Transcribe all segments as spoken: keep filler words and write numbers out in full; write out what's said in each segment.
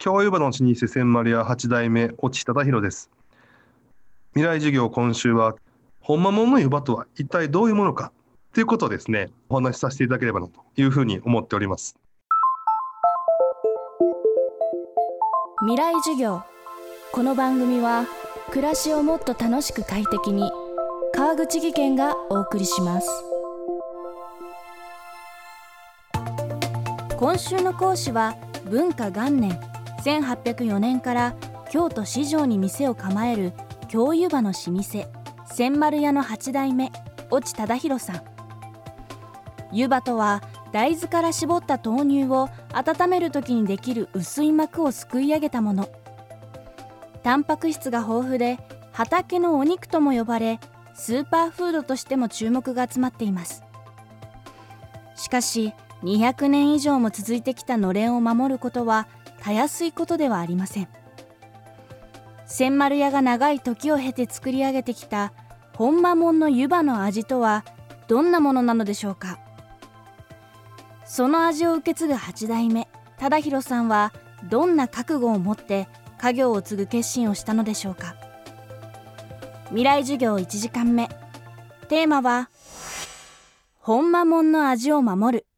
京湯葉の老舗千丸屋はち代目越智忠弘です。未来授業、今週はほんまもんの湯葉とは一体どういうものかということをですね、お話しさせていただければなというふうに思っております。 未来授業。この番組は暮らしをもっと楽しく快適に、川口義賢がお送りします。今週の講師は文化元年せんはっぴゃくよねんから京都四条に店を構える京湯葉の老舗千丸屋のはち代目越智忠弘さん。湯葉とは大豆から絞った豆乳を温めるときにできる薄い膜をすくい上げたもの。タンパク質が豊富で畑のお肉とも呼ばれ、スーパーフードとしても注目が集まっています。しかしにひゃくねん以上も続いてきたのれんを守ることはたやすいことではありません。千丸屋が長い時を経て作り上げてきた本間もんの湯葉の味とはどんなものなのでしょうか。その味を受け継ぐはち代目忠弘さんはどんな覚悟を持って家業を継ぐ決心をしたのでしょうか。未来授業いちじかんめ、テーマは本間もんの味を守る。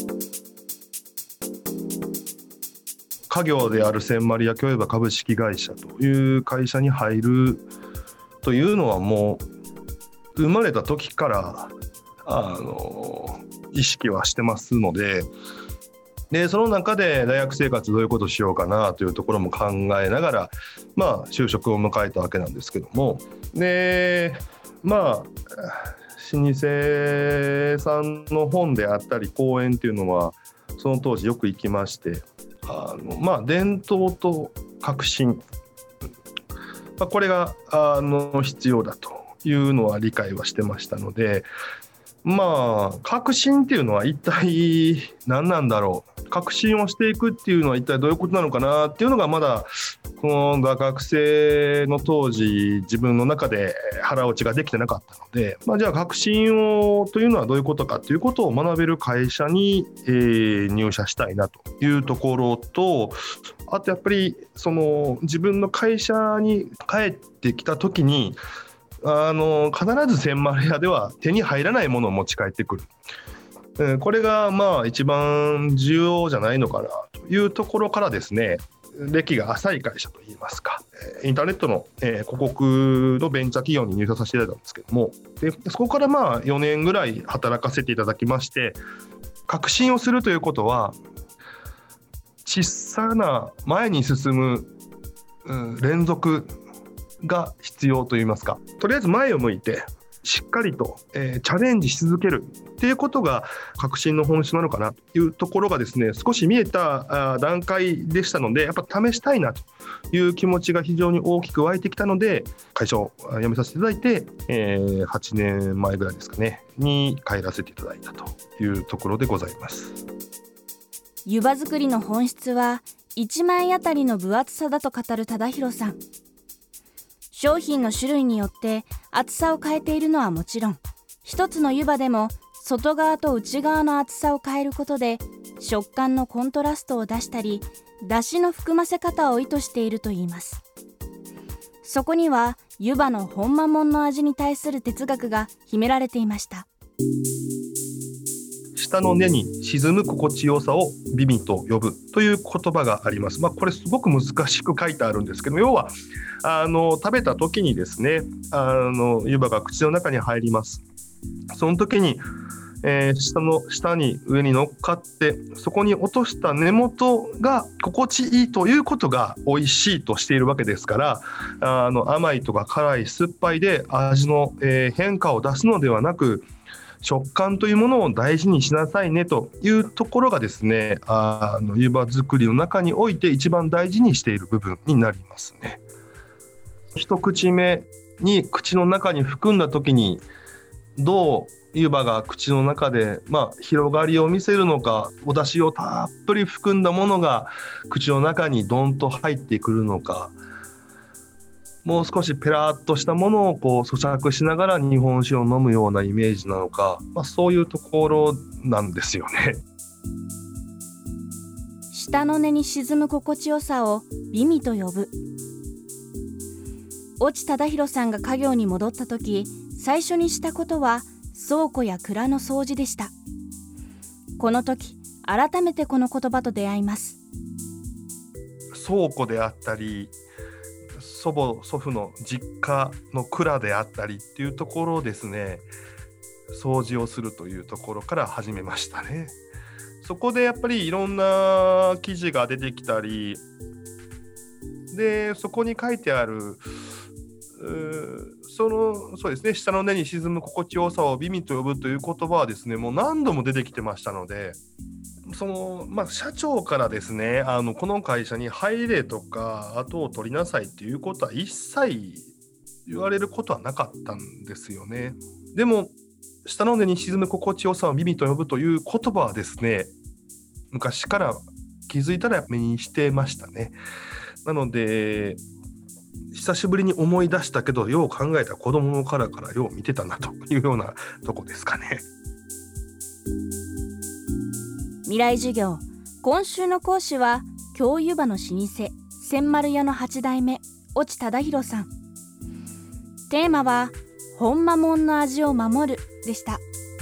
家業である千丸屋京湯葉株式会社という会社に入るというのはもう生まれた時からあの意識はしてますので、でその中で大学生活どういうことをしようかなというところも考えながら、まあ就職を迎えたわけなんですけども、でまあ老舗さんの本であったり講演っていうのはその当時よく行きまして、あのまあ伝統と革新、まあ、これがあの必要だというのは理解はしてましたので、まあ革新っていうのは一体何なんだろう、革新をしていくっていうのは一体どういうことなのかなっていうのがまだこの学生の当時自分の中で腹落ちができてなかったので、まあ、じゃあ革新をというのはどういうことかということを学べる会社に、えー、入社したいなというところと、あとやっぱりその自分の会社に帰ってきた時にあの必ず千丸屋では手に入らないものを持ち帰ってくる、えー、これがまあ一番重要じゃないのかなというところからですね、歴が浅い会社といいますか、インターネットの広告のベンチャー企業に入社させていただいたんですけども、でそこからまあよねんぐらい働かせていただきまして、革新をするということは小さな前に進む、うん、連続が必要といいますか、とりあえず前を向いてしっかりと、えー、チャレンジし続けるっていうことが革新の本質なのかなというところがですね、少し見えた段階でしたので、やっぱ試したいなという気持ちが非常に大きく湧いてきたので、会社を辞めさせていただいて、えー、はちねんまえぐらいですかねに帰らせていただいたというところでございます。 湯葉作りの本質はいちまいあたりの分厚さだと語る忠弘さん。商品の種類によって厚さを変えているのはもちろん、一つの湯葉でも外側と内側の厚さを変えることで食感のコントラストを出したり、出汁の含ませ方を意図しているといいます。そこには湯葉の本間もんの味に対する哲学が秘められていました。 舌の根に沈む心地よさを美味と呼ぶという言葉があります。まあ、これすごく難しく書いてあるんですけど、要はあの食べた時にですね、あの湯葉が口の中に入ります。その時に、えー、下の下に上に乗っかってそこに落とした根元が心地いいということが美味しいとしているわけですから、あの甘いとか辛い酸っぱいで味の、えー、変化を出すのではなく、食感というものを大事にしなさいねというところがですね、あの湯葉作りの中において一番大事にしている部分になりますね。一口目に口の中に含んだ時にどう湯葉が口の中で、まあ、広がりを見せるのか、お出汁をたっぷり含んだものが口の中にドンと入ってくるのか、もう少しペラッとしたものをこう咀嚼しながら日本酒を飲むようなイメージなのか、まあ、そういうところなんですよね。 下の根に沈む心地よさを美味と呼ぶ。越智忠弘さんが家業に戻った時、最初にしたことは倉庫や蔵の掃除でした。この時改めてこの言葉と出会います。 倉庫であったり、祖母祖父の実家の蔵であったりっていうところをですね、掃除をするというところから始めましたね。そこでやっぱりいろんな記事が出てきたりで、そこに書いてあるそのそうですね、下の根に沈む心地よさを美味と呼ぶという言葉はですね、もう何度も出てきてましたので、そのまあ、社長からですね、あのこの会社に入れとか後を取りなさいっていうことは一切言われることはなかったんですよね。でも下の根に沈む心地よさを美味と呼ぶという言葉はですね、昔から気づいたら目にしてましたね。なので久しぶりに思い出したけど、よう考えた子供の頃からよう見てたなというようなとこですかね。 未来授業、今週の講師は京湯葉の老舗千丸屋のはち代目越智忠弘さん。テーマは本間もんの味を守るでした。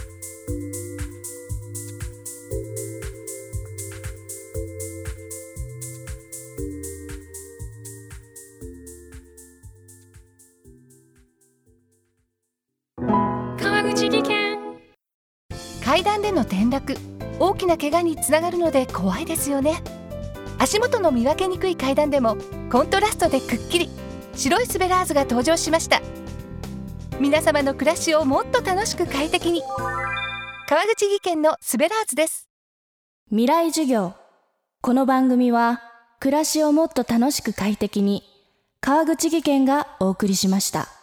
川口技研。階段での転落、大きな怪我につながるので怖いですよね。足元の見分けにくい階段でもコントラストでくっきり白いスベラーズが登場しました。皆様の暮らしをもっと楽しく快適に、川口技研のスベラーズです。 未来授業、この番組は暮らしをもっと楽しく快適に、川口技研がお送りしました。